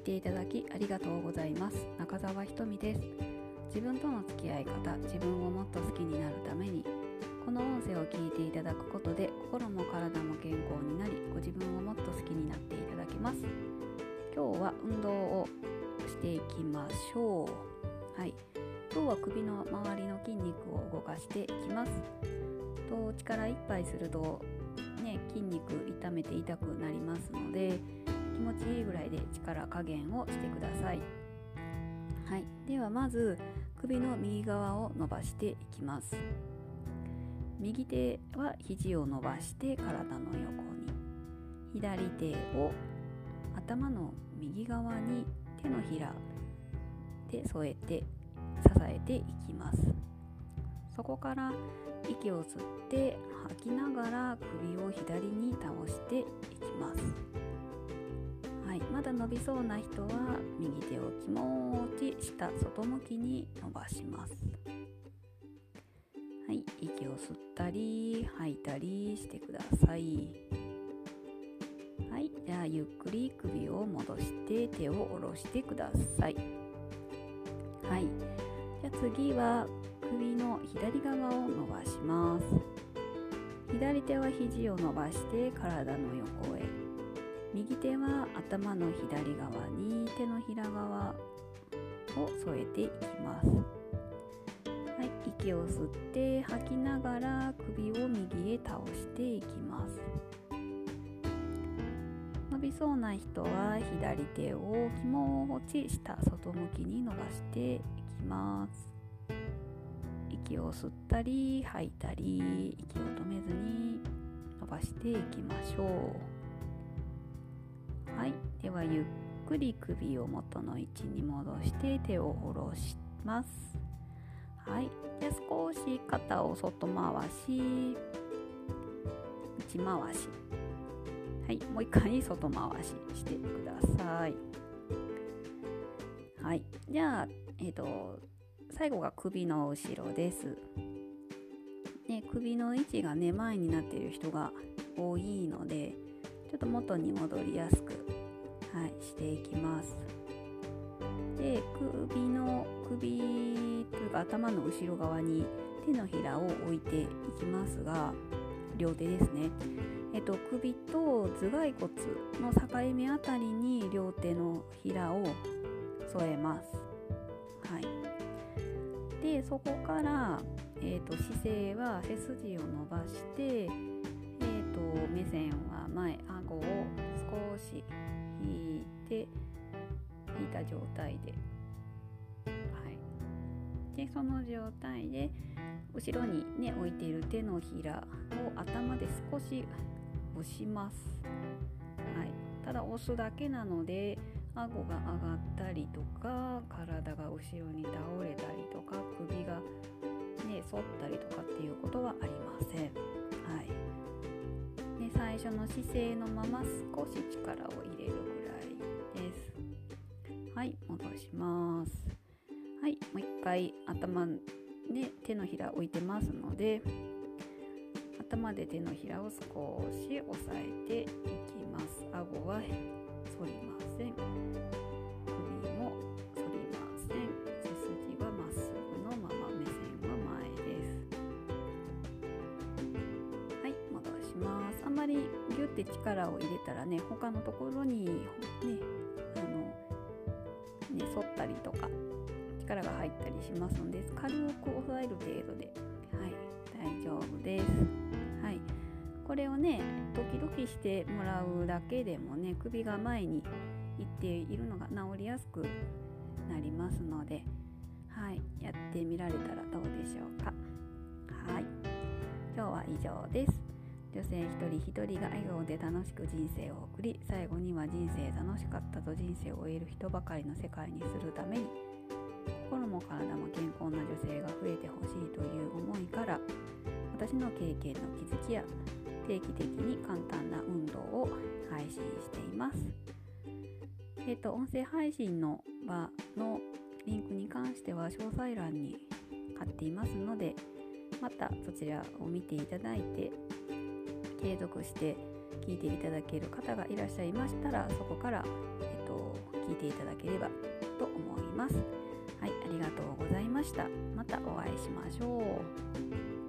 ていただきありがとうございます。中澤ひとみです。自分との付き合い方、自分をもっと好きになるために、この音声を聞いていただくことで心も体も健康になり、ご自分をもっと好きになっていただけます。今日は運動をしていきましょう。はい、今日は首の周りの筋肉を動かしていきます。力いっぱいすると筋肉痛めて痛くなりますので、気持ちいいぐらいで力加減をしてください。はい、ではまず首の右側を伸ばしていきます。右手は肘を伸ばして体の横に、左手を頭の右側に手のひらで添えて支えていきます。そこから息を吸って吐きながら首を左に倒していきます。はい、まだ伸びそうな人は右手を気持ち下外向きに伸ばします。はい、息を吸ったり吐いたりしてください。はい、じゃあゆっくり首を戻して手を下ろしてください。はい、じゃあ次は首の左側を伸ばします。左手は肘を伸ばして体の横へ、右手は頭の左側に手のひら側を添えていきます。はい、息を吸って吐きながら首を右へ倒していきます。伸びそうな人は左手を気持ち下外向きに伸ばしていきます。息を吸ったり吐いたり、息を止めずに伸ばしていきましょう。はい、ではゆっくり首を元の位置に戻して手を下ろします。はい、じゃあ少し肩を外回し、内回し、はい、もう一回外回ししてください。はい、じゃあ最後が首の後ろです。首の位置が前になっている人が多いので、ちょっと元に戻りやすく、していきます。で、首というか頭の後ろ側に手のひらを置いていきますが、両手ですね。首と頭蓋骨の境目あたりに両手のひらを添えます。はい。で、そこから、姿勢は背筋を伸ばして、目線は前、顎を少し引いた状態で、でその状態で後ろに置いている手のひらを頭で少し押します。ただ押すだけなので、顎が上がったりとか、体が後ろに倒れたりとか、首が反ったりとかっていうことはありません。最初の姿勢のまま少し力を入れるぐらいです。はい、戻します。はい、もう一回頭手のひら置いてますので、頭で手のひらを少し押さえていきます。顎は反りません。首も反りません。背筋はまっすぐのまま、目線は前です。はい、戻します。あんまりギュッて力を入れたら他のところに反ったりとか力が入ったりしますので、軽く押さえる程度で、大丈夫です。これを時々してもらうだけでも首が前に行っているのが治りやすくなりますので、やってみられたらどうでしょうか。今日は以上です。女性一人一人が笑顔で楽しく人生を送り、最後には人生楽しかったと人生を終える人ばかりの世界にするために、心も体も健康な女性が増えてほしいという思いから、私の経験の気づきや定期的に簡単な運動を配信しています。音声配信の場のリンクに関しては詳細欄に貼っていますので、またそちらを見ていただいて継続して聞いていただける方がいらっしゃいましたら、そこから、聞いていただければと思います。はい、ありがとうございました。またお会いしましょう。